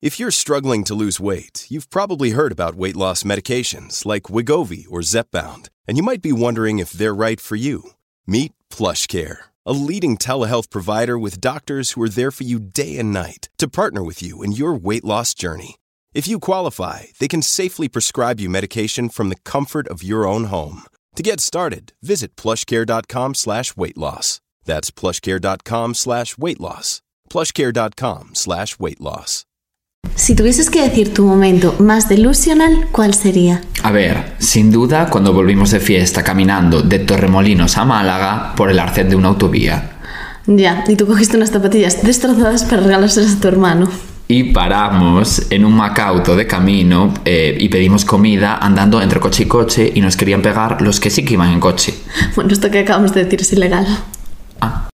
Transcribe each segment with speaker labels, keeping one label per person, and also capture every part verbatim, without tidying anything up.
Speaker 1: If you're struggling to lose weight, you've probably heard about weight loss medications like Wegovy or Zepbound, and you might be wondering if they're right for you. Meet PlushCare, a leading telehealth provider with doctors who are there for you day and night to partner with you in your weight loss journey. If you qualify, they can safely prescribe you medication from the comfort of your own home. To get started, visit plushcare.com slash weight loss. That's plushcare.com slash weight loss. plushcare.com slash weight loss.
Speaker 2: Si tuvieses que decir tu momento más delusional, ¿cuál sería?
Speaker 3: A ver, sin duda cuando volvimos de fiesta caminando de Torremolinos a Málaga por el arcén de una autovía.
Speaker 2: Ya, y tú cogiste unas zapatillas destrozadas para regalárselas a tu hermano.
Speaker 3: Y paramos en un macauto de camino eh, y pedimos comida andando entre coche y coche y nos querían pegar los que sí que iban en coche.
Speaker 2: Bueno, esto que acabamos de decir es ilegal.
Speaker 3: Ah.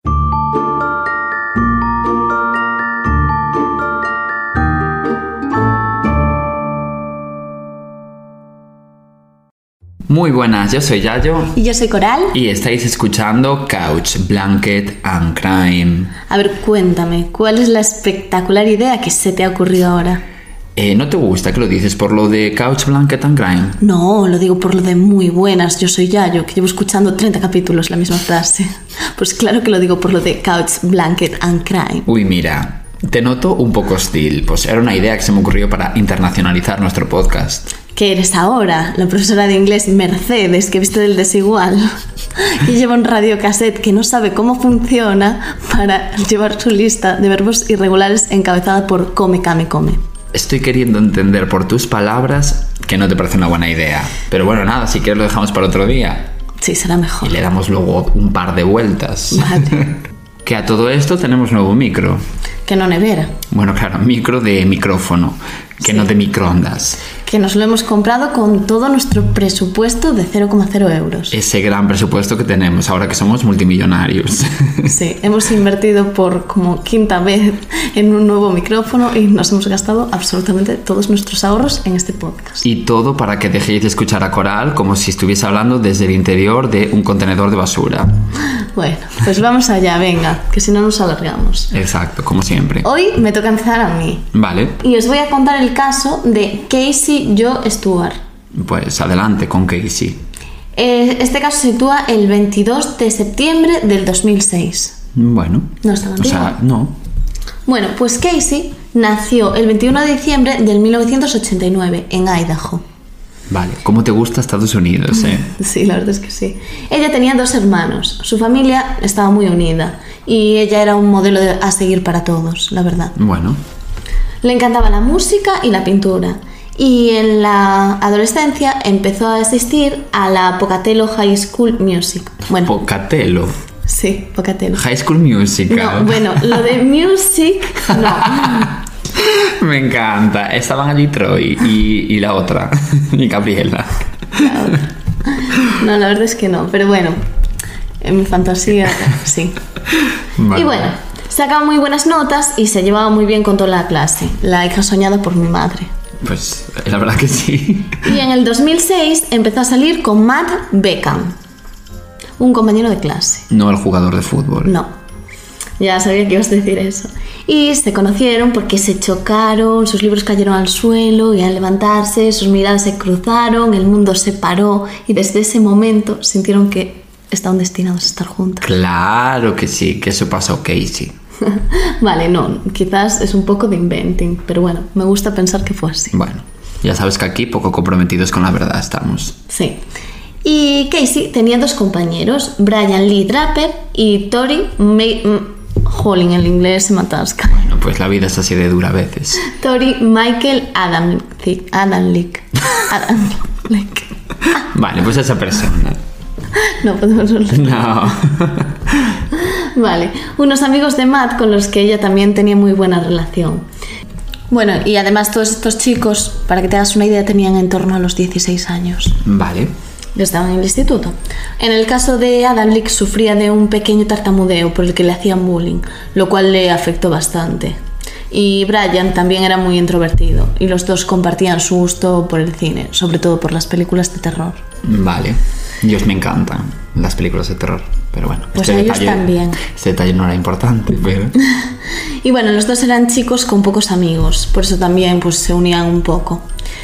Speaker 3: Muy buenas, yo soy Yayo.
Speaker 2: Y yo soy Coral.
Speaker 3: Y estáis escuchando Couch, Blanket and Crime.
Speaker 2: A ver, cuéntame, ¿cuál es la espectacular idea que se te ha ocurrido ahora?
Speaker 3: Eh, ¿No te gusta que lo dices por lo de Couch, Blanket and Crime?
Speaker 2: No, lo digo por lo de muy buenas, yo soy Yayo, que llevo escuchando treinta capítulos la misma frase. Pues claro que lo digo por lo de Couch, Blanket and Crime.
Speaker 3: Uy, mira, te noto un poco hostil. Pues era una idea que se me ocurrió para internacionalizar nuestro podcast.
Speaker 2: ¿Qué eres ahora? La profesora de inglés Mercedes, que viste del desigual. Y lleva un radiocassette que no sabe cómo funciona para llevar su lista de verbos irregulares encabezada por come, came, come.
Speaker 3: Estoy queriendo entender por tus palabras que no te parece una buena idea. Pero bueno, nada, si quieres lo dejamos para otro día.
Speaker 2: Sí, será mejor.
Speaker 3: Y le damos luego un par de vueltas.
Speaker 2: Vale.
Speaker 3: Que a todo esto tenemos nuevo micro.
Speaker 2: Que no nevera.
Speaker 3: Bueno, claro, micro de micrófono, que
Speaker 2: sí.
Speaker 3: no de microondas.
Speaker 2: Que nos lo hemos comprado con todo nuestro presupuesto de cero coma cero euros.
Speaker 3: Ese gran presupuesto que tenemos ahora que somos multimillonarios.
Speaker 2: Sí, hemos invertido por como quinta vez en un nuevo micrófono y nos hemos gastado absolutamente todos nuestros ahorros en este podcast.
Speaker 3: Y todo para que dejéis de escuchar a Coral como si estuviese hablando desde el interior de un contenedor de basura.
Speaker 2: Bueno, pues vamos allá, venga, que si no nos alargamos.
Speaker 3: Exacto, como siempre.
Speaker 2: Hoy me toca empezar a mí.
Speaker 3: Vale.
Speaker 2: Y os voy a contar el caso de Casey Jo Stewart.
Speaker 3: Pues adelante con Casey.
Speaker 2: Eh, este caso se sitúa el veintidós de septiembre del dos mil seis.
Speaker 3: Bueno.
Speaker 2: No está tan antiguo.
Speaker 3: O sea, no.
Speaker 2: Bueno, pues Casey nació el veintiuno de diciembre del mil novecientos ochenta y nueve en Idaho.
Speaker 3: Vale, ¿cómo te gusta Estados Unidos, eh?
Speaker 2: Sí, la verdad es que sí. Ella tenía dos hermanos. Su familia estaba muy unida y ella era un modelo de, a seguir para todos, la verdad.
Speaker 3: Bueno.
Speaker 2: Le encantaba la música y la pintura. Y en la adolescencia empezó a asistir a la Pocatello High School Music. Bueno,
Speaker 3: Pocatello.
Speaker 2: Sí, Pocatello.
Speaker 3: High School Musical.
Speaker 2: No, bueno, lo de music, no.
Speaker 3: Me encanta. Estaban allí Troy y, y la otra, y Gabriela.
Speaker 2: La otra. No, la verdad es que no, pero bueno, en mi fantasía sí. Vale. Y bueno, sacaba muy buenas notas y se llevaba muy bien con toda la clase. La hija soñada por mi madre.
Speaker 3: Pues la verdad que sí.
Speaker 2: Y en el dos mil seis empezó a salir con Matt Beckham, un compañero de clase.
Speaker 3: No el jugador de fútbol.
Speaker 2: No, ya sabía que ibas a decir eso. Y se conocieron porque se chocaron, sus libros cayeron al suelo y al levantarse sus miradas se cruzaron, el mundo se paró y desde ese momento sintieron que estaban destinados a estar juntos.
Speaker 3: Claro que sí, que eso pasó, Casey.
Speaker 2: Vale, no, quizás es un poco de inventing, pero bueno, me gusta pensar que fue así.
Speaker 3: Bueno, ya sabes que aquí poco comprometidos con la verdad estamos.
Speaker 2: Sí. Y Casey tenía dos compañeros, Brian Lee Draper y Tori May... Jolín, el inglés se me atasca.
Speaker 3: Bueno, pues la vida es así de dura a veces.
Speaker 2: Tori Michael Adamlick. Adamlick. Adamlick.
Speaker 3: Vale, pues esa persona.
Speaker 2: No podemos hablar.
Speaker 3: No.
Speaker 2: Vale, unos amigos de Matt con los que ella también tenía muy buena relación. Bueno, y además todos estos chicos, para que te hagas una idea, tenían en torno a los dieciséis años.
Speaker 3: Vale.
Speaker 2: Estaban en el instituto. En el caso de Adamlick sufría de un pequeño tartamudeo por el que le hacían bullying, lo cual le afectó bastante. Y Brian también era muy introvertido y los dos compartían su gusto por el cine, sobre todo por las películas de terror.
Speaker 3: Vale, Dios, me encantan las películas de terror, pero bueno,
Speaker 2: pues
Speaker 3: este
Speaker 2: a ellos
Speaker 3: detalle,
Speaker 2: también.
Speaker 3: Este detalle no era importante, pero...
Speaker 2: Y bueno, los dos eran chicos con pocos amigos, por eso también pues se unían un poco.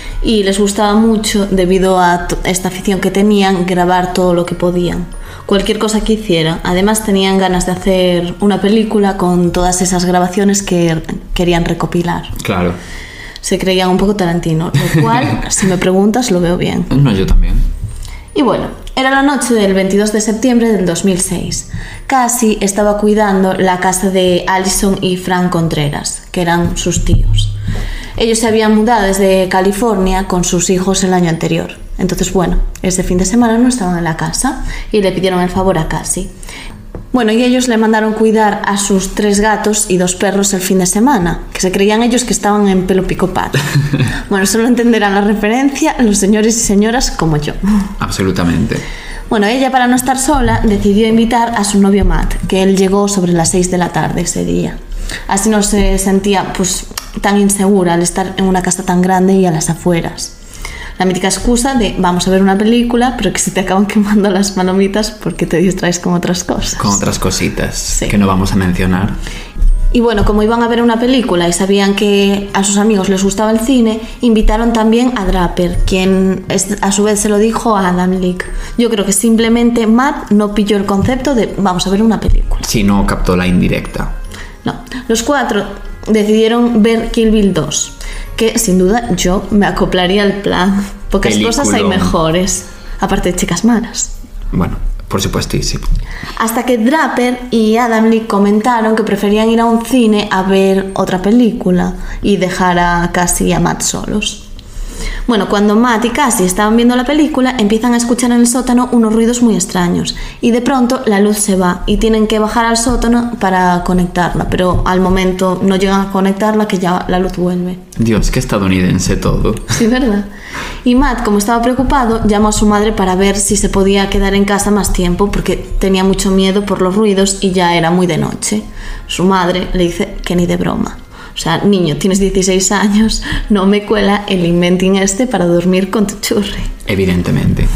Speaker 2: Y les gustaba mucho, debido a esta afición que tenían, grabar todo lo que podían. Cualquier cosa que hicieran. Además tenían ganas de hacer una película con todas esas grabaciones que querían recopilar.
Speaker 3: Claro.
Speaker 2: Se creían un poco Tarantino, lo cual, si me preguntas, lo veo bien.
Speaker 3: No, yo también.
Speaker 2: Y bueno, era la noche del veintidós de septiembre del dos mil seis. Cassie estaba cuidando la casa de Alison y Frank Contreras, que eran sus tíos. Ellos se habían mudado desde California con sus hijos el año anterior. Entonces, bueno, ese fin de semana no estaban en la casa y le pidieron el favor a Cassie. Bueno, y ellos le mandaron cuidar a sus tres gatos y dos perros el fin de semana, que se creían ellos que estaban en pelo picopata. Bueno, solo entenderán la referencia los señores y señoras como yo.
Speaker 3: Absolutamente.
Speaker 2: Bueno, ella, para no estar sola, decidió invitar a su novio Matt, que él llegó sobre las seis de la tarde ese día. Así no se sentía pues tan insegura al estar en una casa tan grande y a las afueras. La mítica excusa de vamos a ver una película, pero que se te acaban quemando las palomitas porque te distraes con otras cosas.
Speaker 3: Con otras cositas, sí, que no vamos a mencionar.
Speaker 2: Y bueno, como iban a ver una película y sabían que a sus amigos les gustaba el cine, invitaron también a Draper, quien a su vez se lo dijo a Adam Leake. Yo creo que simplemente Matt no pilló el concepto de vamos a ver una película.
Speaker 3: Sí, no captó la indirecta.
Speaker 2: No, los cuatro decidieron ver Kill Bill dos, que sin duda yo me acoplaría al plan. Pocas
Speaker 3: Película.
Speaker 2: Cosas hay mejores, aparte de chicas malas.
Speaker 3: Bueno, por supuestísimo.
Speaker 2: Hasta que Draper y Adam Leake comentaron que preferían ir a un cine a ver otra película y dejar a Cassie y a Matt solos. Bueno, cuando Matt y Cassie estaban viendo la película, empiezan a escuchar en el sótano unos ruidos muy extraños y de pronto la luz se va y tienen que bajar al sótano para conectarla, pero al momento no llegan a conectarla, que ya la luz vuelve.
Speaker 3: Dios, qué estadounidense todo.
Speaker 2: Sí, ¿verdad? Y Matt, como estaba preocupado, llamó a su madre para ver si se podía quedar en casa más tiempo porque tenía mucho miedo por los ruidos y ya era muy de noche. Su madre le dice que ni de broma. O sea, niño, tienes dieciséis años, no me cuela el inventing este para dormir con tu churri.
Speaker 3: Evidentemente.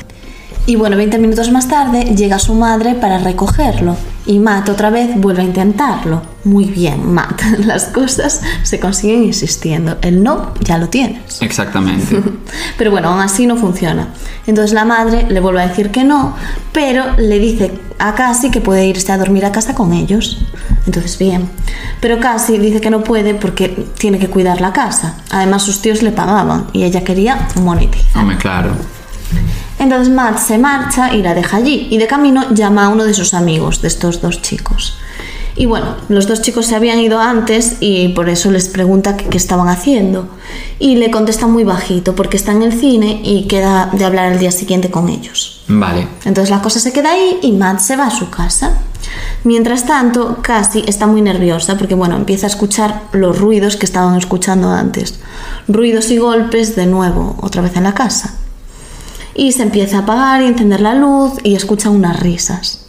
Speaker 2: Y bueno, veinte minutos más tarde llega su madre para recogerlo y Matt otra vez vuelve a intentarlo. Muy bien, Matt, las cosas se consiguen insistiendo, el no ya lo tienes.
Speaker 3: Exactamente.
Speaker 2: Pero bueno, aún así no funciona. Entonces la madre le vuelve a decir que no, pero le dice a Cassie que puede irse a dormir a casa con ellos. Entonces bien, pero Cassie dice que no puede porque tiene que cuidar la casa. Además sus tíos le pagaban y ella quería monetizar.
Speaker 3: Hombre, claro.
Speaker 2: Entonces Matt se marcha y la deja allí y de camino llama a uno de sus amigos, de estos dos chicos. Y bueno, los dos chicos se habían ido antes y por eso les pregunta qué estaban haciendo. Y le contesta muy bajito porque está en el cine y queda de hablar al día siguiente con ellos.
Speaker 3: Vale.
Speaker 2: Entonces la cosa se queda ahí y Matt se va a su casa. Mientras tanto, Cassie está muy nerviosa porque bueno, empieza a escuchar los ruidos que estaban escuchando antes. Ruidos y golpes de nuevo, otra vez en la casa. Y se empieza a apagar y encender la luz y escucha unas risas.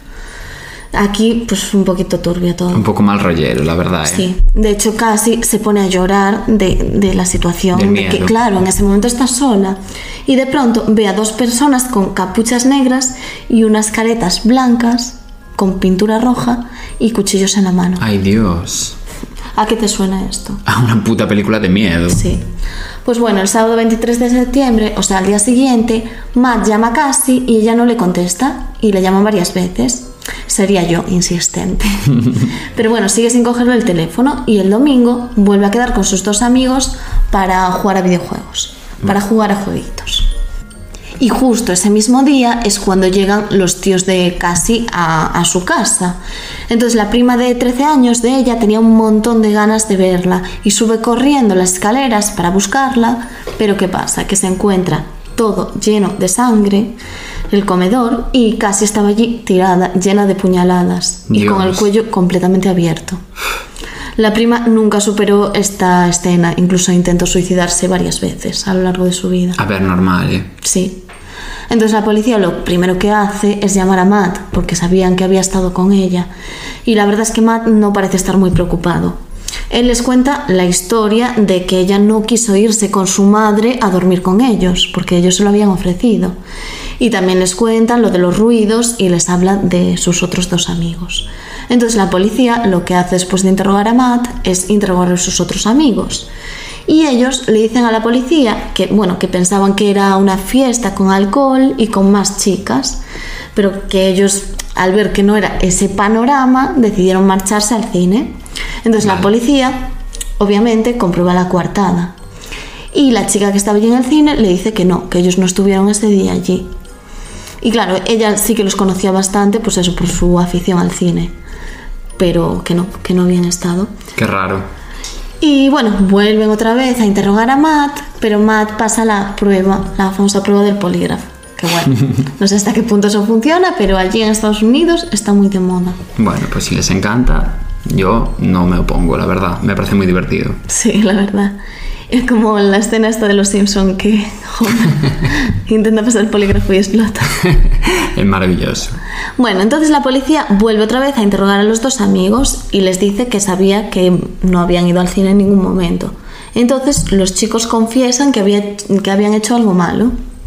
Speaker 2: Aquí pues un poquito turbio todo.
Speaker 3: Un poco mal rollero, la verdad, ¿eh?
Speaker 2: Sí, de hecho Cassie se pone a llorar de, de la situación,
Speaker 3: Del
Speaker 2: de
Speaker 3: miedo.
Speaker 2: que claro, en ese momento está sola y de pronto ve a dos personas con capuchas negras y unas caretas blancas con pintura roja y cuchillos en la mano.
Speaker 3: Ay, Dios.
Speaker 2: ¿A qué te suena esto?
Speaker 3: A una puta película de miedo.
Speaker 2: Sí. Pues bueno, el sábado veintitrés de septiembre, o sea, al día siguiente, Matt llama a Cassie y ella no le contesta y le llaman varias veces. Sería yo insistente. Pero bueno, sigue sin cogerle el teléfono y el domingo vuelve a quedar con sus dos amigos para jugar a videojuegos, para jugar a jueguitos. Y justo ese mismo día es cuando llegan los tíos de Cassie a, a su casa. Entonces la prima de trece años de ella tenía un montón de ganas de verla y sube corriendo las escaleras para buscarla, pero ¿qué pasa? Que se encuentra todo lleno de sangre, el comedor, y Cassie estaba allí tirada, llena de puñaladas. Dios. Y con el cuello completamente abierto. La prima nunca superó esta escena, incluso intentó suicidarse varias veces a lo largo de su vida.
Speaker 3: A ver, normal, ¿eh?
Speaker 2: Sí. Entonces la policía lo primero que hace es llamar a Matt, porque sabían que había estado con ella. Y la verdad es que Matt no parece estar muy preocupado. Él les cuenta la historia de que ella no quiso irse con su madre a dormir con ellos, porque ellos se lo habían ofrecido. Y también les cuenta lo de los ruidos y les habla de sus otros dos amigos. Entonces la policía lo que hace después de interrogar a Matt es interrogar a sus otros amigos. Y ellos le dicen a la policía que, bueno, que pensaban que era una fiesta con alcohol y con más chicas, pero que ellos, al ver que no era ese panorama, decidieron marcharse al cine. Entonces vale. La policía, obviamente, comprueba la coartada. Y la chica que estaba allí en el cine le dice que no, que ellos no estuvieron ese día allí. Y claro, ella sí que los conocía bastante, pues eso, por su afición al cine. Pero que no, que no habían estado.
Speaker 3: Qué raro.
Speaker 2: Y bueno, vuelven otra vez a interrogar a Matt, pero Matt pasa la prueba, la famosa prueba del polígrafo. Que bueno, no sé hasta qué punto eso funciona, pero allí en Estados Unidos está muy de moda.
Speaker 3: Bueno, pues si les encanta, yo no me opongo, la verdad. Me parece muy divertido.
Speaker 2: Sí, la verdad. Es como la escena esta de Los Simpson que joder, intenta pasar el polígrafo y explota.
Speaker 3: Es maravilloso.
Speaker 2: Bueno, entonces la policía vuelve otra vez a interrogar a los dos amigos y les dice que sabía que no habían ido al cine en ningún momento. Entonces los chicos confiesan que, había, que habían hecho algo malo.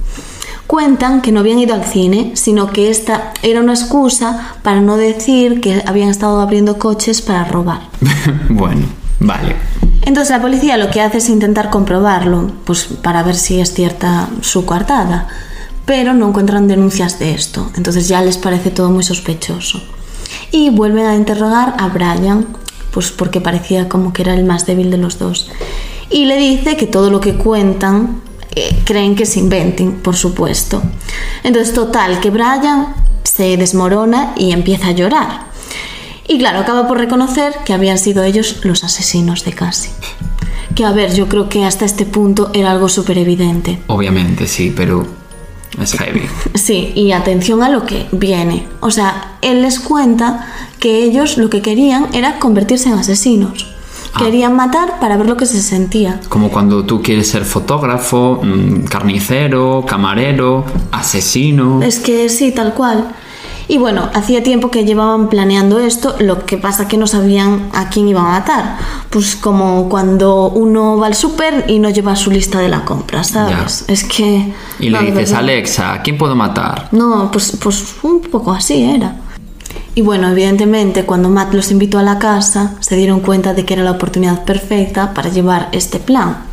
Speaker 2: Cuentan que no habían ido al cine, sino que esta era una excusa para no decir que habían estado abriendo coches para robar.
Speaker 3: Bueno, vale.
Speaker 2: Entonces la policía lo que hace es intentar comprobarlo, pues para ver si es cierta su coartada, pero no encuentran denuncias de esto, entonces ya les parece todo muy sospechoso. Y vuelven a interrogar a Brian, pues porque parecía como que era el más débil de los dos. Y le dice que todo lo que cuentan eh, creen que es inventing, por supuesto. Entonces total, que Brian se desmorona y empieza a llorar. Y claro, acaba por reconocer que habían sido ellos los asesinos de Cassie. Que a ver, yo creo que hasta este punto era algo súper evidente.
Speaker 3: Obviamente, sí, pero es heavy.
Speaker 2: Sí, y atención a lo que viene. O sea, él les cuenta que ellos lo que querían era convertirse en asesinos. Ah. Querían matar para ver lo que se sentía.
Speaker 3: Como cuando tú quieres ser fotógrafo, carnicero, camarero, asesino.
Speaker 2: Es que sí, tal cual. Y bueno, hacía tiempo que llevaban planeando esto, lo que pasa que no sabían a quién iban a matar. Pues como cuando uno va al súper y no lleva su lista de la compra, ¿sabes? Ya. Es que...
Speaker 3: Y le dices, Alexa, ¿a quién puedo matar?
Speaker 2: No, pues, pues un poco así era. Y bueno, evidentemente, cuando Matt los invitó a la casa, se dieron cuenta de que era la oportunidad perfecta para llevar este plan.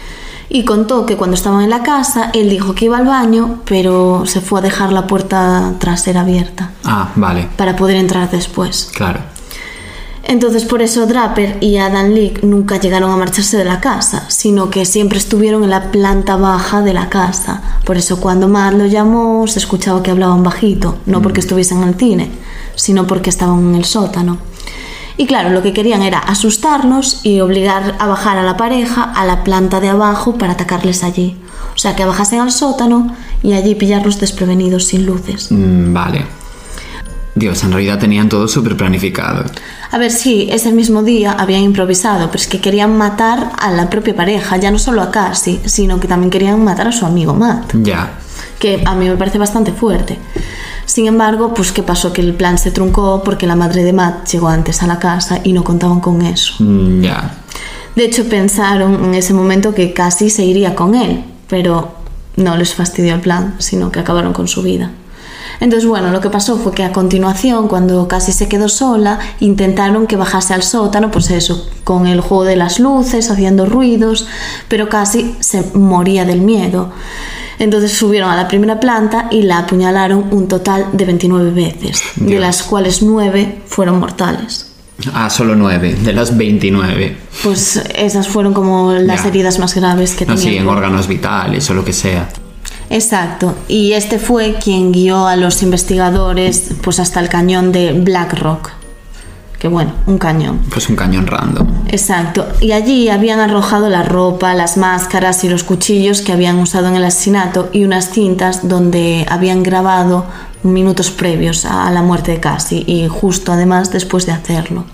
Speaker 2: Y contó que cuando estaban en la casa, él dijo que iba al baño, pero se fue a dejar la puerta trasera abierta.
Speaker 3: Ah, vale.
Speaker 2: Para poder entrar después.
Speaker 3: Claro.
Speaker 2: Entonces por eso Draper y Adam Leake nunca llegaron a marcharse de la casa, sino que siempre estuvieron en la planta baja de la casa. Por eso cuando Matt lo llamó, se escuchaba que hablaban bajito, no porque estuviesen en el cine, sino porque estaban en el sótano. Y claro, lo que querían era asustarlos y obligar a bajar a la pareja a la planta de abajo para atacarles allí. O sea, que bajasen al sótano y allí pillarlos desprevenidos sin luces.
Speaker 3: Mm, vale. Dios, en realidad tenían todo súper planificado.
Speaker 2: A ver, sí, ese mismo día habían improvisado, pero es que querían matar a la propia pareja, ya no solo a Cassie, sino que también querían matar a su amigo Matt.
Speaker 3: Ya.
Speaker 2: Que a mí me parece bastante fuerte. Sin embargo, pues ¿qué pasó? Que el plan se truncó porque la madre de Matt llegó antes a la casa y no contaban con eso.
Speaker 3: Mm, ya.
Speaker 2: De hecho, pensaron en ese momento que Cassie se iría con él, pero no les fastidió el plan, sino que acabaron con su vida. Entonces, bueno, lo que pasó fue que a continuación, cuando Cassie se quedó sola, intentaron que bajase al sótano, pues eso, con el juego de las luces, haciendo ruidos, pero Cassie se moría del miedo. Entonces subieron a la primera planta y la apuñalaron un total de veintinueve veces, Dios. De las cuales nueve fueron mortales.
Speaker 3: Ah, solo nueve, de las veintinueve.
Speaker 2: Pues esas fueron como las ya. heridas más graves que
Speaker 3: no,
Speaker 2: tenían.
Speaker 3: Sí, en órganos vitales o lo que sea.
Speaker 2: Exacto, y este fue quien guió a los investigadores pues hasta el cañón de Black Rock. Que bueno, un cañón.
Speaker 3: Pues un cañón random.
Speaker 2: Exacto. Y allí habían arrojado la ropa, las máscaras y los cuchillos que habían usado en el asesinato y unas cintas donde habían grabado minutos previos a la muerte de Cassie y justo además después de hacerlo.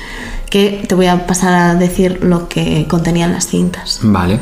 Speaker 2: Que te voy a pasar a decir lo que contenían las cintas.
Speaker 3: Vale.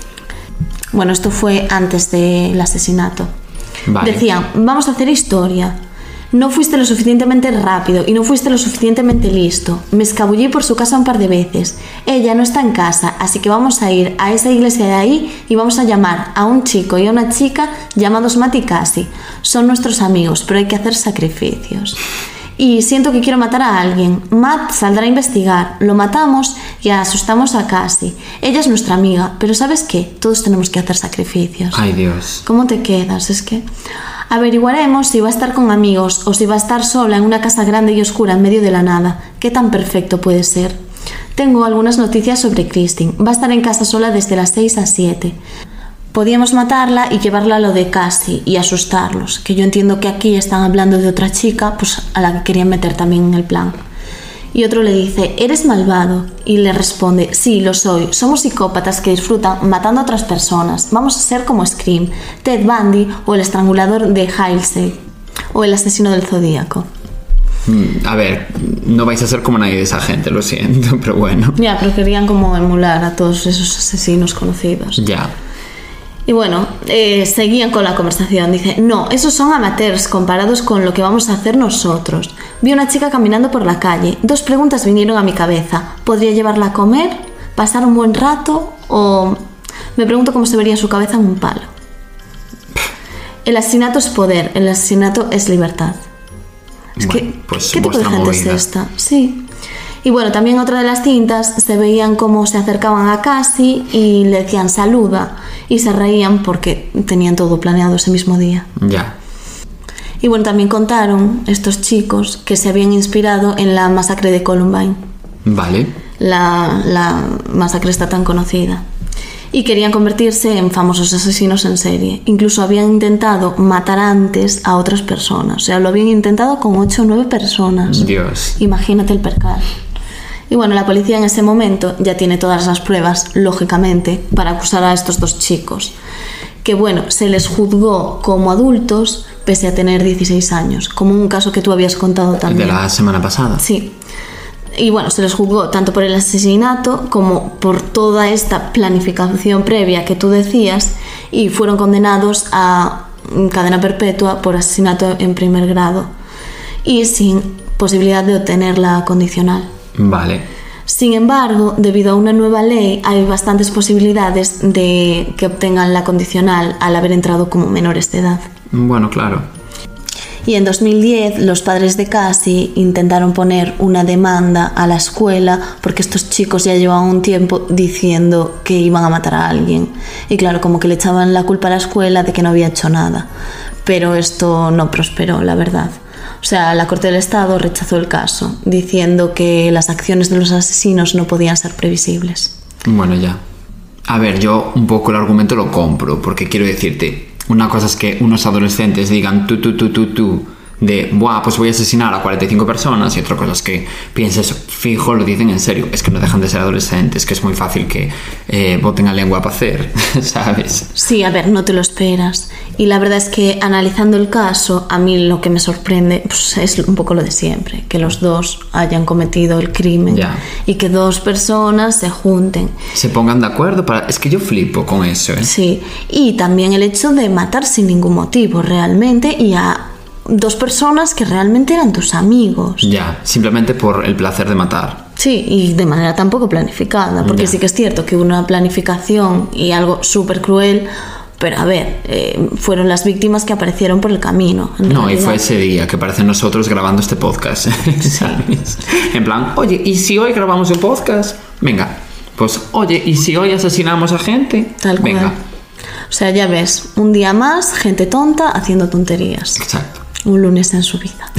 Speaker 2: Bueno, esto fue antes del asesinato.
Speaker 3: Vale.
Speaker 2: Decían, vamos a hacer historia. No fuiste lo suficientemente rápido y no fuiste lo suficientemente listo. Me escabullí por su casa un par de veces. Ella no está en casa, así que vamos a ir a esa iglesia de ahí y vamos a llamar a un chico y a una chica llamados Matt y Cassie. Son nuestros amigos, pero hay que hacer sacrificios. Y siento que quiero matar a alguien. Matt saldrá a investigar. Lo matamos y asustamos a Cassie. Ella es nuestra amiga, pero ¿sabes qué? Todos tenemos que hacer sacrificios.
Speaker 3: Ay, Dios.
Speaker 2: ¿Cómo te quedas? Es que... Averiguaremos si va a estar con amigos o si va a estar sola en una casa grande y oscura en medio de la nada. ¿Qué tan perfecto puede ser? Tengo algunas noticias sobre Kristin. Va a estar en casa sola desde las seis a siete. Podíamos matarla y llevarla a lo de Cassie y asustarlos, que yo entiendo que aquí están hablando de otra chica, pues a la que querían meter también en el plan. Y otro le dice, ¿eres malvado? Y le responde, sí, lo soy. Somos psicópatas que disfrutan matando a otras personas. Vamos a ser como Scream, Ted Bundy o el estrangulador de Halsey o el asesino del Zodíaco.
Speaker 3: A ver, no vais a ser como nadie de esa gente, lo siento, pero bueno.
Speaker 2: Ya, pero querían como emular a todos esos asesinos conocidos.
Speaker 3: Ya.
Speaker 2: Y bueno, eh, seguían con la conversación. Dice, no, esos son amateurs comparados con lo que vamos a hacer nosotros. Vi una chica caminando por la calle. Dos preguntas vinieron a mi cabeza. ¿Podría llevarla a comer? ¿Pasar un buen rato? O me pregunto cómo se vería su cabeza en un palo. El asesinato es poder, el asesinato es libertad. Es
Speaker 3: Bueno,
Speaker 2: que,
Speaker 3: pues
Speaker 2: ¿qué tipo de gente
Speaker 3: movida.
Speaker 2: es esta? Sí. Y bueno, también otra de las cintas se veían cómo se acercaban a Cassie y le decían saluda y se reían porque tenían todo planeado ese mismo día.
Speaker 3: Ya.
Speaker 2: Y bueno, también contaron estos chicos que se habían inspirado en la masacre de Columbine.
Speaker 3: Vale.
Speaker 2: La, la masacre está tan conocida. Y querían convertirse en famosos asesinos en serie. Incluso habían intentado matar antes a otras personas. O sea, lo habían intentado con ocho o nueve personas.
Speaker 3: Dios.
Speaker 2: Imagínate el percal. Y bueno, la policía en ese momento ya tiene todas las pruebas, lógicamente, para acusar a estos dos chicos. Que bueno, se les juzgó como adultos pese a tener dieciséis años, como un caso que tú habías contado
Speaker 3: El
Speaker 2: también.
Speaker 3: de la semana pasada.
Speaker 2: Sí. Y bueno, se les juzgó tanto por el asesinato como por toda esta planificación previa que tú decías y fueron condenados a cadena perpetua por asesinato en primer grado y sin posibilidad de obtener la condicional.
Speaker 3: Vale.
Speaker 2: Sin embargo, debido a una nueva ley, hay bastantes posibilidades de que obtengan la condicional al haber entrado como menores de edad.
Speaker 3: Bueno, claro.
Speaker 2: Y en dos mil diez los padres de Cassie intentaron poner una demanda a la escuela porque estos chicos ya llevaban un tiempo diciendo que iban a matar a alguien. Y claro, como que le echaban la culpa a la escuela de que no había hecho nada. Pero esto no prosperó, la verdad. O sea, la Corte del Estado rechazó el caso, diciendo que las acciones de los asesinos no podían ser previsibles.
Speaker 3: Bueno, ya. A ver, yo un poco el argumento lo compro, porque quiero decirte, una cosa es que unos adolescentes digan tú, tú, tú, tú, tú, de, buah, pues voy a asesinar a cuarenta y cinco personas, y otra cosa es que pienses, fijo, lo dicen en serio, es que no dejan de ser adolescentes, que es muy fácil que eh, boten a lengua para hacer, ¿sabes?
Speaker 2: Sí, a ver, no te lo esperas. Y la verdad es que analizando el caso, a mí lo que me sorprende pues, es un poco lo de siempre, que los dos hayan cometido el crimen
Speaker 3: Ya.
Speaker 2: y que dos personas se junten.
Speaker 3: Se pongan de acuerdo para... Es que yo flipo con eso, ¿eh?
Speaker 2: Sí, y también el hecho de matar sin ningún motivo realmente y a dos personas que realmente eran tus amigos.
Speaker 3: Ya, simplemente por el placer de matar.
Speaker 2: Sí, y de manera tan poco planificada, porque
Speaker 3: Ya.
Speaker 2: sí que es cierto que hubo una planificación y algo súper cruel, pero a ver, eh, fueron las víctimas que aparecieron por el camino. en
Speaker 3: No, y
Speaker 2: realidad.
Speaker 3: fue ese día que parece nosotros grabando este podcast, ¿sabes? En plan, oye, ¿y si hoy grabamos un podcast? Venga, pues oye, ¿y si hoy asesinamos a gente?
Speaker 2: Tal cual.
Speaker 3: Venga.
Speaker 2: O sea, ya ves, un día más, gente tonta haciendo tonterías.
Speaker 3: Exacto.
Speaker 2: Un lunes en su vida.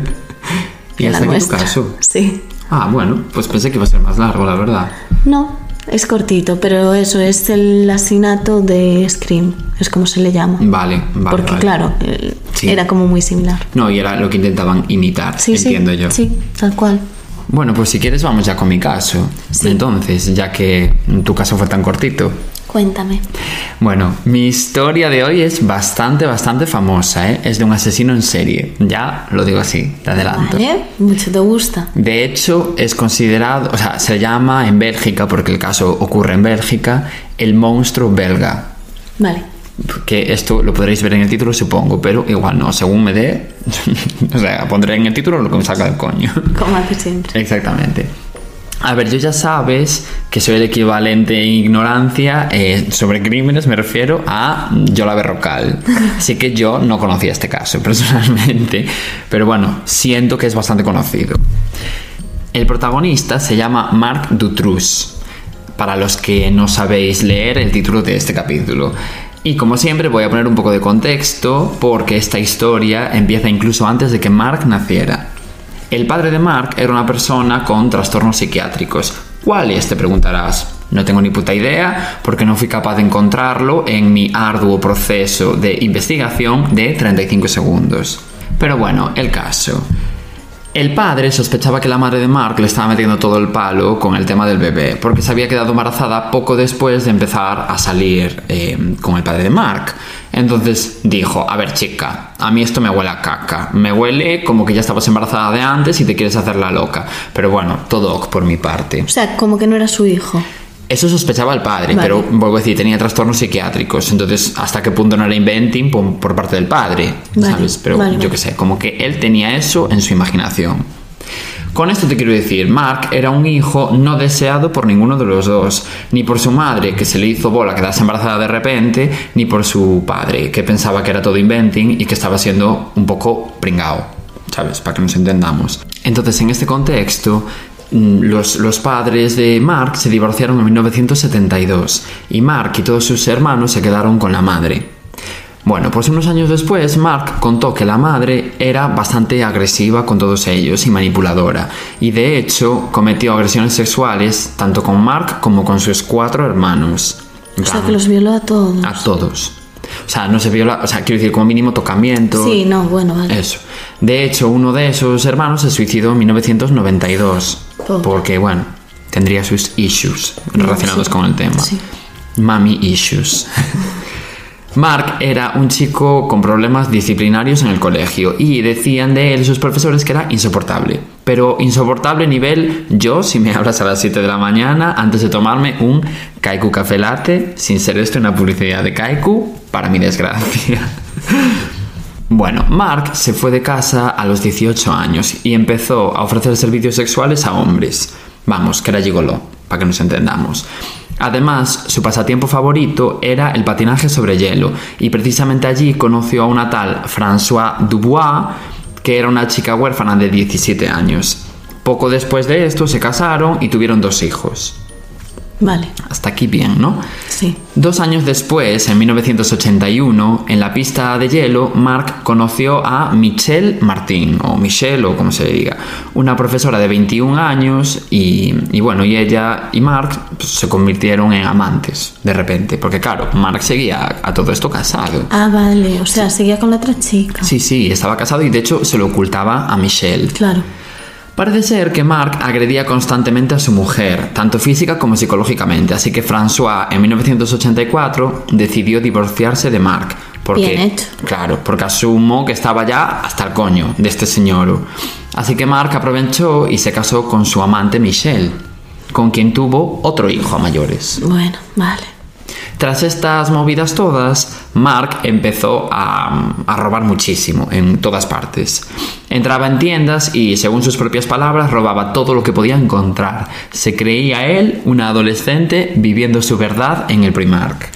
Speaker 3: ¿Y
Speaker 2: Que la
Speaker 3: hasta aquí tu
Speaker 2: nuestra.
Speaker 3: caso?
Speaker 2: Sí.
Speaker 3: Ah, bueno, pues pensé que iba a ser más largo, la verdad.
Speaker 2: No, es cortito, pero eso es el asesinato de Scream, es como se le llama.
Speaker 3: Vale, vale.
Speaker 2: Porque
Speaker 3: vale.
Speaker 2: claro, eh,
Speaker 3: Sí.
Speaker 2: era como muy similar.
Speaker 3: No, y era lo que intentaban imitar,
Speaker 2: Sí,
Speaker 3: entiendo
Speaker 2: sí,
Speaker 3: yo.
Speaker 2: Sí, tal cual.
Speaker 3: Bueno, pues si quieres vamos ya con mi caso.
Speaker 2: Sí.
Speaker 3: Entonces, ya que tu caso fue tan cortito.
Speaker 2: Cuéntame.
Speaker 3: Bueno, mi historia de hoy es bastante, bastante famosa, ¿eh? Es de un asesino en serie. Ya lo digo así, te adelanto.
Speaker 2: Vale, mucho te gusta.
Speaker 3: De hecho, es considerado, o sea, se llama en Bélgica, porque el caso ocurre en Bélgica, el monstruo belga.
Speaker 2: Vale.
Speaker 3: que esto lo podréis ver en el título, supongo, pero igual no, según me dé, o sea, pondré en el título lo que me salga del coño.
Speaker 2: Como hace siempre.
Speaker 3: Exactamente. A ver, yo ya sabes que soy el equivalente en ignorancia eh, sobre crímenes, me refiero a Yola Berrocal. Así que yo no conocía este caso personalmente, pero bueno, siento que es bastante conocido. El protagonista se llama Marc Dutroux, para los que no sabéis leer el título de este capítulo. Y como siempre voy a poner un poco de contexto porque esta historia empieza incluso antes de que Marc naciera. El padre de Marc era una persona con trastornos psiquiátricos. ¿Cuáles?, te preguntarás. No tengo ni puta idea porque no fui capaz de encontrarlo en mi arduo proceso de investigación de treinta y cinco segundos. Pero bueno, el caso. El padre sospechaba que la madre de Marc le estaba metiendo todo el palo con el tema del bebé, porque se había quedado embarazada poco después de empezar a salir eh, con el padre de Marc. Entonces dijo, a ver chica, a mí esto me huele a caca, me huele como que ya estabas embarazada de antes y te quieres hacer la loca, pero bueno, todo ok por mi parte.
Speaker 2: O sea, como que no era su hijo.
Speaker 3: Eso sospechaba el padre, vale. Pero vuelvo a decir, tenía trastornos psiquiátricos, entonces hasta qué punto no era inventing por, por parte del padre,
Speaker 2: vale.
Speaker 3: ¿sabes? Pero
Speaker 2: vale,
Speaker 3: yo
Speaker 2: vale.
Speaker 3: qué sé, como que él tenía eso en su imaginación. Con esto te quiero decir, Marc era un hijo no deseado por ninguno de los dos, ni por su madre, que se le hizo bola quedarse embarazada de repente, ni por su padre, que pensaba que era todo inventing y que estaba siendo un poco pringao, ¿sabes? Para que nos entendamos. Entonces, en este contexto, Los, los padres de Marc se divorciaron en mil novecientos setenta y dos y Marc y todos sus hermanos se quedaron con la madre. Bueno, pues unos años después Marc contó que la madre era bastante agresiva con todos ellos y manipuladora, y de hecho cometió agresiones sexuales tanto con Marc como con sus cuatro hermanos.
Speaker 2: O sea, que los violó a todos.
Speaker 3: A todos. O sea, no se viola, o sea, quiero decir, como mínimo tocamiento.
Speaker 2: Sí, no, bueno, vale.
Speaker 3: Eso. De hecho, uno de esos hermanos se suicidó en mil novecientos noventa y dos. Oh. Porque, bueno, tendría sus issues relacionados sí. con el tema.
Speaker 2: Sí.
Speaker 3: Mommy issues. Marc era un chico con problemas disciplinarios en el colegio y decían de él sus profesores que era insoportable. Pero insoportable nivel yo, si me hablas a las siete de la mañana antes de tomarme un Kaiku Café Latte, sin ser esto una publicidad de Kaiku, para mi desgracia. Bueno, Marc se fue de casa a los dieciocho años y empezó a ofrecer servicios sexuales a hombres. Vamos, que era gigoló, para que nos entendamos. Además, su pasatiempo favorito era el patinaje sobre hielo y precisamente allí conoció a una tal Françoise Dubois, que era una chica huérfana de diecisiete años. Poco después de esto se casaron y tuvieron dos hijos.
Speaker 2: Vale.
Speaker 3: Hasta aquí bien, ¿no?
Speaker 2: Sí.
Speaker 3: Dos años después, en mil novecientos ochenta y uno, en la pista de hielo, Marc conoció a Michelle Martin, o Michelle, o como se diga, una profesora de veintiún años, y, y bueno, y ella y Marc pues, se convirtieron en amantes, de repente, porque claro, Marc seguía a, a todo esto casado.
Speaker 2: Ah, vale, o sea, seguía con la otra chica.
Speaker 3: Sí, sí, estaba casado y de hecho se lo ocultaba a Michelle.
Speaker 2: Claro.
Speaker 3: Parece ser que Marc agredía constantemente a su mujer, tanto física como psicológicamente, así que François en mil novecientos ochenta y cuatro decidió divorciarse de Marc. Porque,
Speaker 2: Bien hecho.
Speaker 3: Claro, porque asumo que estaba ya hasta el coño de este señor. Así que Marc aprovechó y se casó con su amante Michelle, con quien tuvo otro hijo a mayores.
Speaker 2: Bueno, vale.
Speaker 3: Tras estas movidas todas, Marc empezó a, a robar muchísimo en todas partes. Entraba en tiendas y, según sus propias palabras, robaba todo lo que podía encontrar. Se creía él una adolescente viviendo su verdad en el Primark.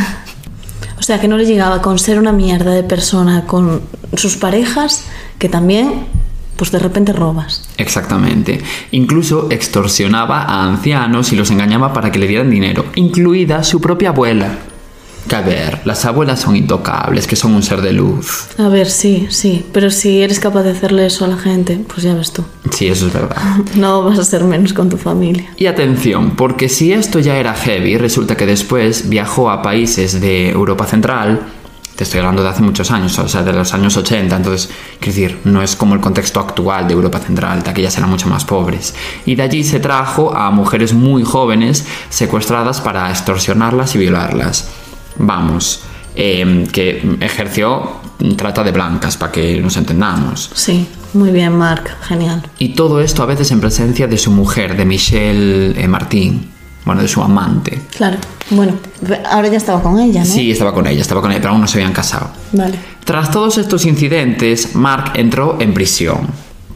Speaker 2: O sea, que no le llegaba con ser una mierda de persona con sus parejas, que también, pues de repente robas.
Speaker 3: Exactamente. Incluso extorsionaba a ancianos y los engañaba para que le dieran dinero, incluida su propia abuela. Que a ver, las abuelas son intocables, que son un ser de luz.
Speaker 2: A ver, sí, sí, pero si eres capaz de hacerle eso a la gente, pues ya ves tú.
Speaker 3: Sí, eso es verdad.
Speaker 2: No vas a ser menos con tu familia.
Speaker 3: Y atención, porque si esto ya era heavy, resulta que después viajó a países de Europa Central. Te estoy hablando de hace muchos años, o sea, de los años ochenta, entonces, quiero decir, no es como el contexto actual de Europa Central, de aquellas eran mucho más pobres. Y de allí se trajo a mujeres muy jóvenes secuestradas para extorsionarlas y violarlas. Vamos, eh, que ejerció trata de blancas, para que nos entendamos.
Speaker 2: Sí, muy bien, Marc, genial.
Speaker 3: Y todo esto a veces en presencia de su mujer, de Michelle eh, Martin. bueno, de su amante.
Speaker 2: Claro, bueno, ahora ya estaba con ella, ¿no?
Speaker 3: Sí, estaba con ella, estaba con ella, pero aún no se habían casado.
Speaker 2: Vale.
Speaker 3: Tras todos estos incidentes, Mark entró en prisión.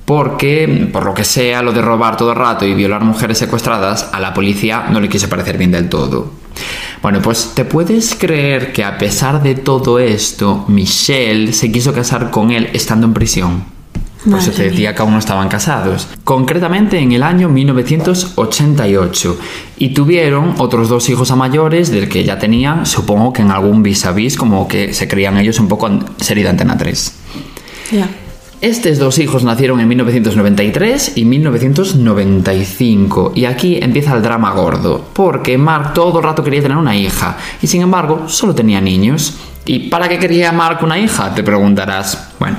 Speaker 3: Porque, por lo que sea, lo de robar todo el rato y violar mujeres secuestradas, a la policía no le quiso parecer bien del todo. Bueno, pues ¿te puedes creer que a pesar de todo esto, Michelle se quiso casar con él estando en prisión? Por eso te decía que aún no estaban casados. Concretamente en el año mil novecientos ochenta y ocho. Y tuvieron otros dos hijos a mayores del que ya tenían, supongo que en algún vis a vis, como que se creían ellos un poco en serie de Antena tres.
Speaker 2: Ya. Yeah.
Speaker 3: Estos dos hijos nacieron en mil novecientos noventa y tres y mil novecientos noventa y cinco. Y aquí empieza el drama gordo, porque Mark todo el rato quería tener una hija y sin embargo solo tenía niños. ¿Y para qué quería Mark una hija? Te preguntarás. Bueno,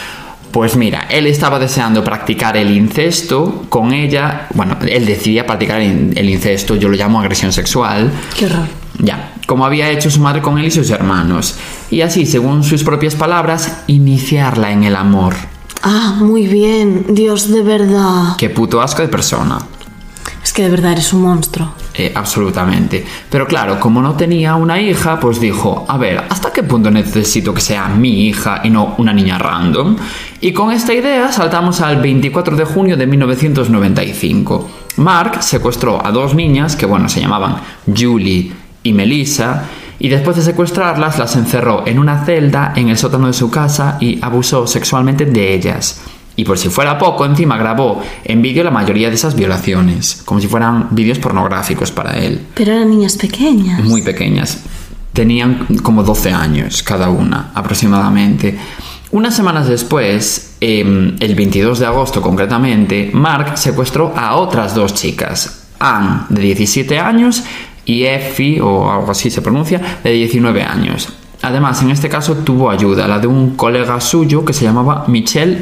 Speaker 3: pues mira, él estaba deseando practicar el incesto con ella. Bueno, él decidía practicar el incesto, yo lo llamo agresión sexual.
Speaker 2: Qué horror.
Speaker 3: Ya, como había hecho su madre con él y sus hermanos. Y así, según sus propias palabras, iniciarla en el amor.
Speaker 2: Ah, muy bien, Dios, de verdad.
Speaker 3: Qué puto asco de persona.
Speaker 2: Es que de verdad eres un monstruo.
Speaker 3: Eh, absolutamente. Pero claro, como no tenía una hija, pues dijo, a ver, ¿hasta qué punto necesito que sea mi hija y no una niña random? Y con esta idea saltamos al veinticuatro de junio de mil novecientos noventa y cinco. Mark secuestró a dos niñas que, bueno, se llamaban Julie y Melissa, y después de secuestrarlas las encerró en una celda en el sótano de su casa y abusó sexualmente de ellas. Y por si fuera poco, encima grabó en vídeo la mayoría de esas violaciones, como si fueran vídeos pornográficos para él.
Speaker 2: Pero eran niñas pequeñas.
Speaker 3: Muy pequeñas. Tenían como doce años cada una, aproximadamente. Unas semanas después, eh, el veintidós de agosto concretamente, Mark secuestró a otras dos chicas. Anne, de diecisiete años, y Effie, o algo así se pronuncia, de diecinueve años. Además, en este caso tuvo ayuda, la de un colega suyo que se llamaba Michel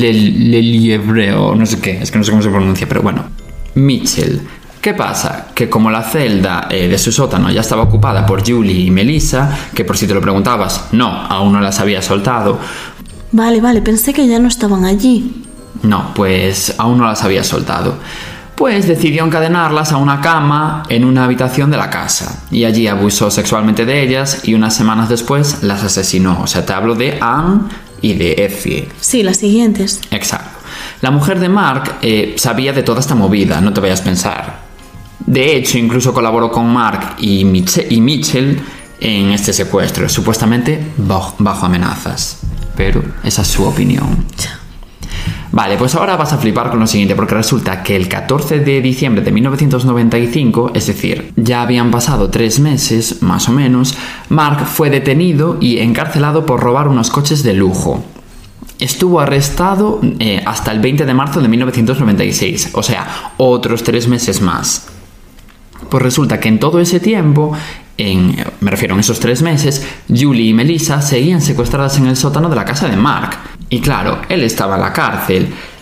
Speaker 3: Lelievre, o no sé qué, es que no sé cómo se pronuncia, pero bueno, Michel. ¿Qué pasa? Que como la celda eh, de su sótano ya estaba ocupada por Julie y Melissa, que por si te lo preguntabas, no, aún no las había soltado.
Speaker 2: Vale, vale, pensé que ya no estaban allí.
Speaker 3: No, pues aún no las había soltado. Pues decidió encadenarlas a una cama en una habitación de la casa y allí abusó sexualmente de ellas y unas semanas después las asesinó. O sea, te hablo de Anne y de Effie.
Speaker 2: Sí, las siguientes.
Speaker 3: Exacto. La mujer de Mark eh, sabía de toda esta movida, no te vayas a pensar. De hecho, incluso colaboró con Mark y, Mich- y Mitchell en este secuestro, supuestamente bajo, bajo amenazas. Pero esa es su opinión. Vale, pues ahora vas a flipar con lo siguiente, porque resulta que el catorce de diciembre de mil novecientos noventa y cinco, es decir, ya habían pasado tres meses, más o menos, Mark fue detenido y encarcelado por robar unos coches de lujo. Estuvo arrestado eh, hasta el veinte de marzo de mil novecientos noventa y seis, o sea, otros tres meses más. Pues resulta que en todo ese tiempo, en, me refiero a esos tres meses, Julie y Melissa seguían secuestradas en el sótano de la casa de Mark. Y claro, él estaba en la cárcel,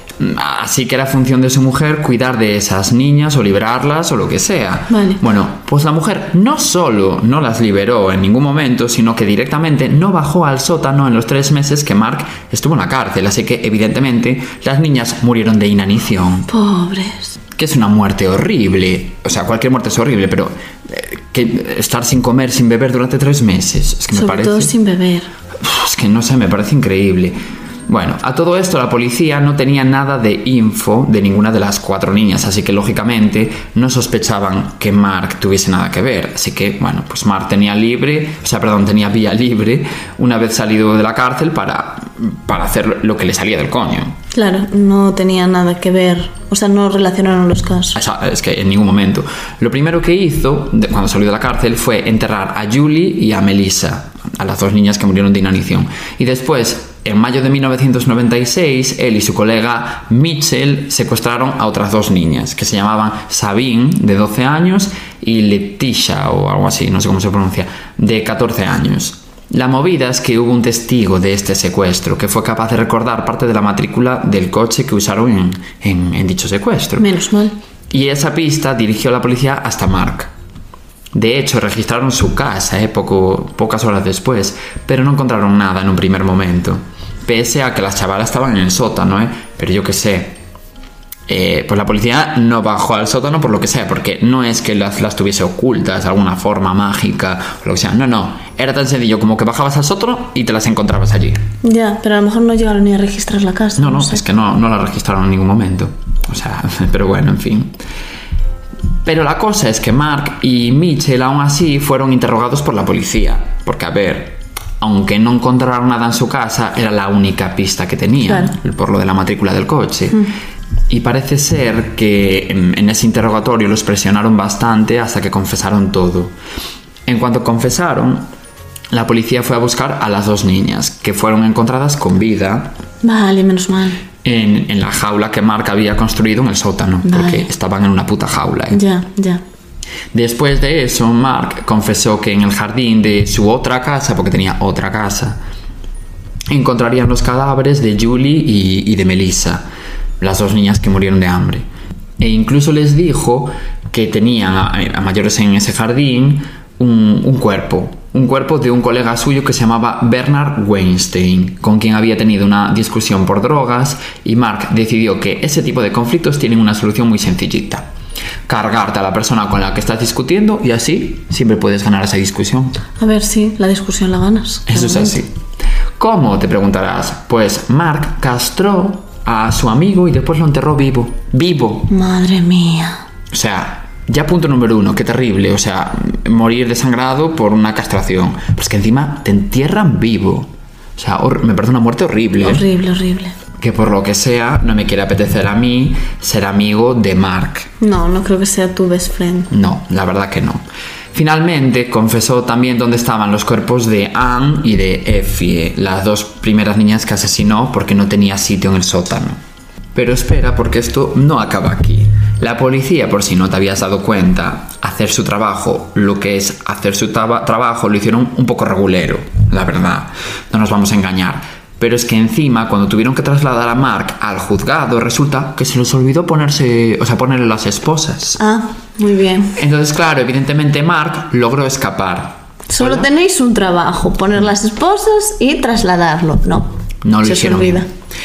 Speaker 3: así que era función de su mujer cuidar de esas niñas o liberarlas o lo que sea.
Speaker 2: Vale.
Speaker 3: Bueno, pues la mujer no solo no las liberó en ningún momento, sino que directamente no bajó al sótano en los tres meses que Mark estuvo en la cárcel. Así que, evidentemente, las niñas murieron de inanición.
Speaker 2: Pobres.
Speaker 3: Que es una muerte horrible. O sea, cualquier muerte es horrible, pero eh, que estar sin comer, sin beber durante tres meses, es que me
Speaker 2: Sobre
Speaker 3: parece...
Speaker 2: todo sin beber.
Speaker 3: Es que no sé, me parece increíble. Bueno, a todo esto la policía no tenía nada de info de ninguna de las cuatro niñas, así que lógicamente no sospechaban que Mark tuviese nada que ver. Así que, bueno, pues Mark tenía libre, o sea, perdón, tenía vía libre una vez salido de la cárcel para, para hacer lo que le salía del coño.
Speaker 2: Claro, no tenía nada que ver, o sea, no relacionaron los casos.
Speaker 3: O sea, es que en ningún momento. Lo primero que hizo de, cuando salió de la cárcel fue enterrar a Julie y a Melissa, a las dos niñas que murieron de inanición. Y después, en mayo de mil novecientos noventa y seis, él y su colega Mitchell secuestraron a otras dos niñas que se llamaban Sabine, de doce años, y Leticia, o algo así, no sé cómo se pronuncia, de catorce años. La movida es que hubo un testigo de este secuestro que fue capaz de recordar parte de la matrícula del coche que usaron en, en, en dicho secuestro.
Speaker 2: Menos mal.
Speaker 3: Y esa pista dirigió a la policía hasta Mark. De hecho, registraron su casa eh, poco, pocas horas después, pero no encontraron nada en un primer momento. Pese a que las chavalas estaban en el sótano, ¿eh? Pero yo qué sé. Eh, pues la policía no bajó al sótano por lo que sea, porque no es que las, las tuviese ocultas de alguna forma mágica o lo que sea, no, no, era tan sencillo como que bajabas al sótano y te las encontrabas allí.
Speaker 2: Ya, pero a lo mejor no llegaron ni a registrar la casa.
Speaker 3: No, no,
Speaker 2: no sé.
Speaker 3: Es que no, no la registraron en ningún momento, o sea, pero bueno, en fin. Pero la cosa es que Mark y Mitchell aún así fueron interrogados por la policía, porque a ver, aunque no encontraron nada en su casa, era la única pista que tenían, claro, por lo de la matrícula del coche. Mm. Y parece ser que en, en ese interrogatorio los presionaron bastante hasta que confesaron todo. En cuanto confesaron, la policía fue a buscar a las dos niñas, que fueron encontradas con vida.
Speaker 2: Vale, menos mal.
Speaker 3: En, en la jaula que Mark había construido en el sótano, vale, porque estaban en una puta jaula. ¿eh?
Speaker 2: Ya, ya.
Speaker 3: Después de eso, Mark confesó que en el jardín de su otra casa, porque tenía otra casa, encontrarían los cadáveres de Julie y, y de Melissa, las dos niñas que murieron de hambre. E incluso les dijo que tenían a, a mayores en ese jardín un, un cuerpo, un cuerpo de un colega suyo que se llamaba Bernard Weinstein, con quien había tenido una discusión por drogas, y Mark decidió que ese tipo de conflictos tienen una solución muy sencillita: cargarte a la persona con la que estás discutiendo y así siempre puedes ganar esa discusión.
Speaker 2: A ver, sí, la discusión la ganas.
Speaker 3: Eso es así. ¿Cómo? Te preguntarás. Pues Mark castró a su amigo y después lo enterró vivo. ¡Vivo!
Speaker 2: Madre mía.
Speaker 3: O sea, ya punto número uno, qué terrible. O sea, morir desangrado por una castración. Pues que encima te entierran vivo. O sea, hor- me parece una muerte horrible.
Speaker 2: Horrible, horrible.
Speaker 3: Que por lo que sea, no me quiere apetecer a mí ser amigo de Mark.
Speaker 2: No, no creo que sea tu best friend.
Speaker 3: No, la verdad que no. Finalmente confesó también dónde estaban los cuerpos de Anne y de Effie, las dos primeras niñas que asesinó porque no tenía sitio en el sótano. Pero espera, porque esto no acaba aquí. La policía, por si no te habías dado cuenta, hacer su trabajo, lo que es hacer su taba- trabajo, lo hicieron un poco regulero, la verdad. No nos vamos a engañar. Pero es que encima, cuando tuvieron que trasladar a Mark al juzgado, resulta que se les olvidó ponerse, o sea, ponerle las esposas.
Speaker 2: Ah, muy bien.
Speaker 3: Entonces, claro, evidentemente Mark logró escapar.
Speaker 2: Solo
Speaker 3: ¿Hola?
Speaker 2: tenéis un trabajo: poner las esposas y trasladarlo. No,
Speaker 3: no lo
Speaker 2: se
Speaker 3: hicieron.
Speaker 2: os olvida.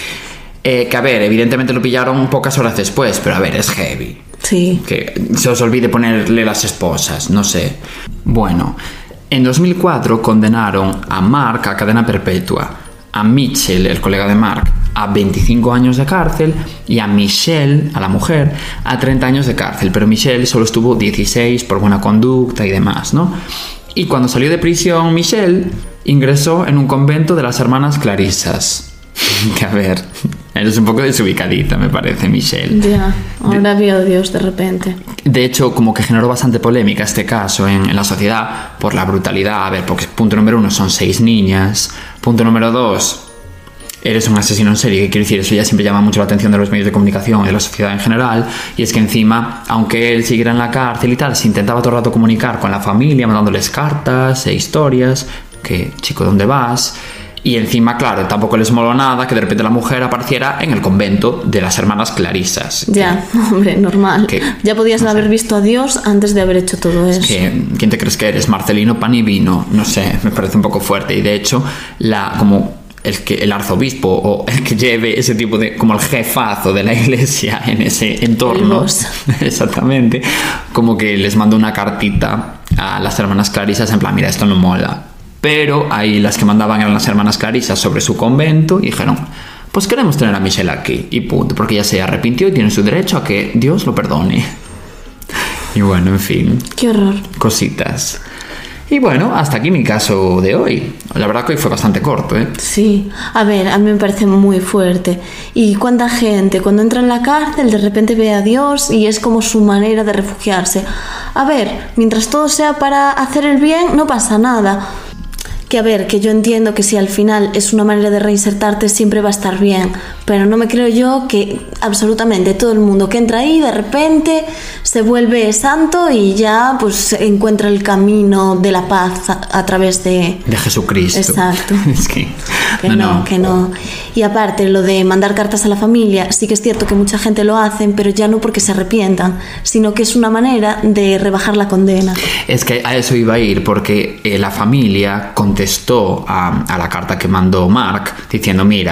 Speaker 3: Eh, que a ver, evidentemente lo pillaron pocas horas después, pero a ver, es heavy.
Speaker 2: Sí.
Speaker 3: Que se os olvide ponerle las esposas, no sé. Bueno, en dos mil cuatro condenaron a Mark a cadena perpetua, a Mitchell, el colega de Mark, a veinticinco años de cárcel y a Michelle, a la mujer, a treinta años de cárcel. Pero Michelle solo estuvo dieciséis por buena conducta y demás, ¿no? Y cuando salió de prisión, Michelle ingresó en un convento de las hermanas Clarisas. Que a ver, eres un poco desubicadita, me parece, Michelle.
Speaker 2: Ya, ahora vio a Dios de repente.
Speaker 3: De hecho, como que generó bastante polémica este caso en, en la sociedad por la brutalidad. A ver, porque punto número uno, son seis niñas. Punto número dos, eres un asesino en serie, que quiero decir, eso ya siempre llama mucho la atención de los medios de comunicación y de la sociedad en general. Y es que encima, aunque él siguiera en la cárcel y tal, se intentaba todo el rato comunicar con la familia, mandándoles cartas e historias, que, chico, ¿dónde vas? Y encima, claro, tampoco les moló nada que de repente la mujer apareciera en el convento de las hermanas Clarisas.
Speaker 2: Ya, que, hombre, normal. Que, ya podías no haber sé. visto a Dios antes de haber hecho todo eso.
Speaker 3: Que, ¿quién te crees que eres? Marcelino Pan y Vino. No sé, me parece un poco fuerte. Y de hecho, la como el que el arzobispo o el que lleve ese tipo de, como el jefazo de la iglesia en ese entorno, exactamente, como que les mandó una cartita a las hermanas Clarisas en plan, mira, esto no mola. Pero ahí las que mandaban eran las hermanas Clarisas sobre su convento y dijeron, pues queremos tener a Michelle aquí, y punto, porque ella se arrepintió y tiene su derecho a que Dios lo perdone. Y bueno, en fin.
Speaker 2: Qué horror.
Speaker 3: Cositas. Y bueno, hasta aquí mi caso de hoy. La verdad que hoy fue bastante corto, ¿eh?
Speaker 2: Sí. A ver, a mí me parece muy fuerte. Y cuánta gente cuando entra en la cárcel de repente ve a Dios y es como su manera de refugiarse. A ver, mientras todo sea para hacer el bien, no pasa nada. Que a ver, que yo entiendo que si al final es una manera de reinsertarte siempre va a estar bien, pero no me creo yo que absolutamente todo el mundo que entra ahí de repente se vuelve santo y ya pues encuentra el camino de la paz a, a través de...
Speaker 3: De Jesucristo.
Speaker 2: Exacto.
Speaker 3: Es que...
Speaker 2: Que no, no, que no. Y aparte, lo de mandar cartas a la familia, sí que es cierto que mucha gente lo hacen, pero ya no porque se arrepientan, sino que es una manera de rebajar la condena.
Speaker 3: Es que a eso iba a ir, porque eh, la familia contestó a, a la carta que mandó Mark diciendo, mira,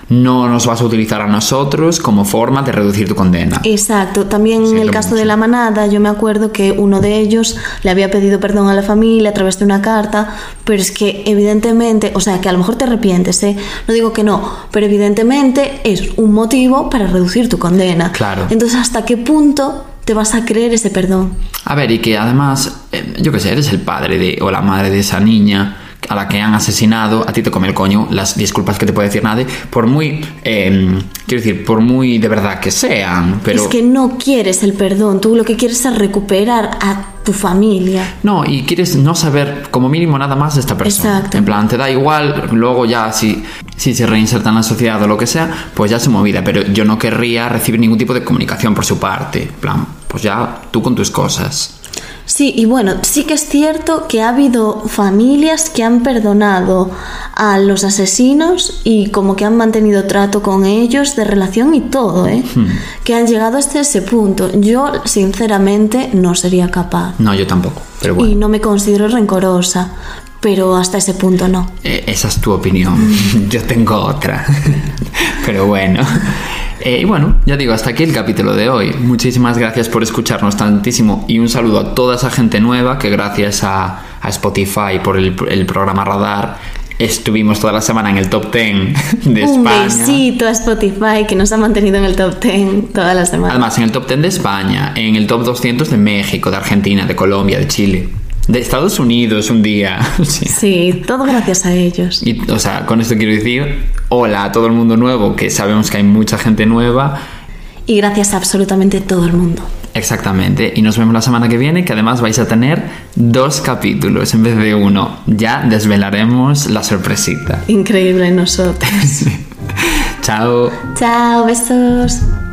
Speaker 3: no nos vas a utilizar a nosotros como forma de reducir tu condena.
Speaker 2: Exacto. También en el caso mucho. de la manada, yo me acuerdo que uno de ellos le había pedido perdón a la familia a través de una carta, pero es que evidentemente, o sea, que a lo mejor te arrepientes, ¿eh? No digo que no, pero evidentemente es un motivo para reducir tu condena.
Speaker 3: Claro.
Speaker 2: Entonces, ¿hasta qué punto te vas a creer ese perdón?
Speaker 3: A ver, y que además, eh, yo qué sé, eres el padre de, o la madre de esa niña a la que han asesinado, a ti te come el coño las disculpas que te puede decir nadie, por muy, eh, quiero decir, por muy de verdad que sean, pero...
Speaker 2: Es que no quieres el perdón, tú lo que quieres es recuperar a tu familia.
Speaker 3: No, y quieres no saber como mínimo nada más de esta persona.
Speaker 2: Exacto.
Speaker 3: En plan, te da igual, luego ya si, si se reinserta en la sociedad o lo que sea, pues ya se movida, pero yo no querría recibir ningún tipo de comunicación por su parte. En plan, pues ya tú con tus cosas.
Speaker 2: Sí, y bueno, sí que es cierto que ha habido familias que han perdonado a los asesinos y como que han mantenido trato con ellos de relación y todo, ¿eh? Hmm. Que han llegado hasta ese punto. Yo, sinceramente, no sería capaz.
Speaker 3: No, yo tampoco, pero bueno.
Speaker 2: Y no me considero rencorosa, pero hasta ese punto no.
Speaker 3: Eh, esa es tu opinión. Yo tengo otra. Pero bueno... Eh, y bueno, ya digo, hasta aquí el capítulo de hoy. Muchísimas gracias por escucharnos tantísimo y un saludo a toda esa gente nueva que gracias a, a Spotify por el, el programa Radar estuvimos toda la semana en el top diez de España.
Speaker 2: Un besito a Spotify que nos ha mantenido en el top diez toda la semana.
Speaker 3: Además, en el top diez de España, en el top doscientos de México, de Argentina, de Colombia, de Chile, de Estados Unidos un día. Sí.
Speaker 2: Sí, todo gracias a ellos.
Speaker 3: Y, o sea, con esto quiero decir, hola a todo el mundo nuevo, que sabemos que hay mucha gente nueva.
Speaker 2: Y gracias a absolutamente todo el mundo.
Speaker 3: Exactamente. Y nos vemos la semana que viene, que además vais a tener dos capítulos en vez de uno. Ya desvelaremos la sorpresita.
Speaker 2: Increíble nosotros.
Speaker 3: Chao.
Speaker 2: Chao, besos.